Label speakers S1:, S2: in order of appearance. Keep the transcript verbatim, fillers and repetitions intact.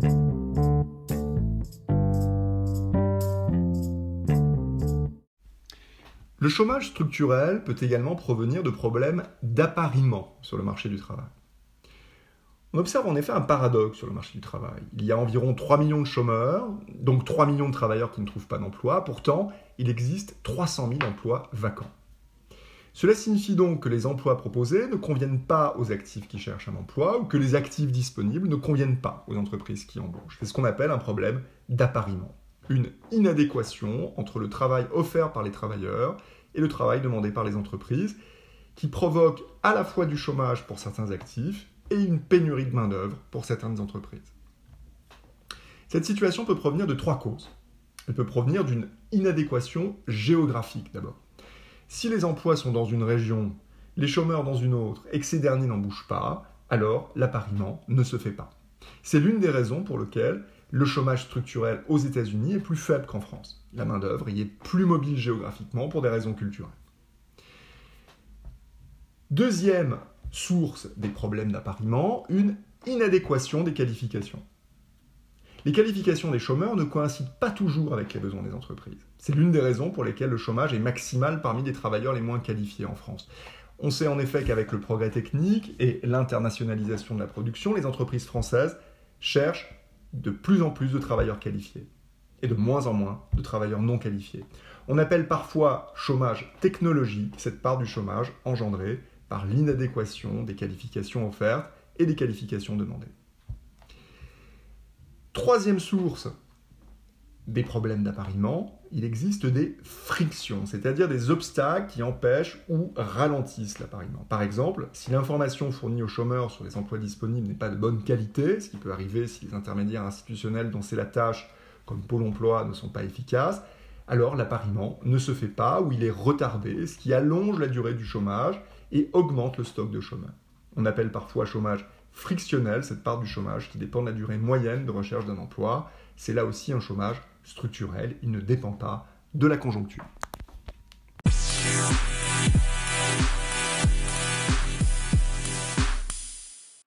S1: Le chômage structurel peut également provenir de problèmes d'appariement sur le marché du travail. On observe en effet un paradoxe sur le marché du travail. Il y a environ trois millions de chômeurs, donc trois millions de travailleurs qui ne trouvent pas d'emploi. Pourtant, il existe trois cent mille emplois vacants. Cela signifie donc que les emplois proposés ne conviennent pas aux actifs qui cherchent un emploi ou que les actifs disponibles ne conviennent pas aux entreprises qui embauchent. C'est ce qu'on appelle un problème d'appariement. Une inadéquation entre le travail offert par les travailleurs et le travail demandé par les entreprises qui provoque à la fois du chômage pour certains actifs et une pénurie de main-d'œuvre pour certaines entreprises. Cette situation peut provenir de trois causes. Elle peut provenir d'une inadéquation géographique d'abord. Si les emplois sont dans une région, les chômeurs dans une autre et que ces derniers n'en bougent pas, alors l'appariement ne se fait pas. C'est l'une des raisons pour lesquelles le chômage structurel aux États-Unis est plus faible qu'en France. La main-d'œuvre y est plus mobile géographiquement pour des raisons culturelles. Deuxième source des problèmes d'appariement, une inadéquation des qualifications. Les qualifications des chômeurs ne coïncident pas toujours avec les besoins des entreprises. C'est l'une des raisons pour lesquelles le chômage est maximal parmi les travailleurs les moins qualifiés en France. On sait en effet qu'avec le progrès technique et l'internationalisation de la production, les entreprises françaises cherchent de plus en plus de travailleurs qualifiés et de moins en moins de travailleurs non qualifiés. On appelle parfois chômage technologique cette part du chômage engendrée par l'inadéquation des qualifications offertes et des qualifications demandées. Troisième source des problèmes d'appariement, il existe des frictions, c'est-à-dire des obstacles qui empêchent ou ralentissent l'appariement. Par exemple, si l'information fournie aux chômeurs sur les emplois disponibles n'est pas de bonne qualité, ce qui peut arriver si les intermédiaires institutionnels dont c'est la tâche, comme Pôle emploi, ne sont pas efficaces, alors l'appariement ne se fait pas ou il est retardé, ce qui allonge la durée du chômage et augmente le stock de chômeurs. On appelle parfois chômage frictionnel cette part du chômage qui dépend de la durée moyenne de recherche d'un emploi. C'est là aussi un chômage structurel, il ne dépend pas de la conjoncture.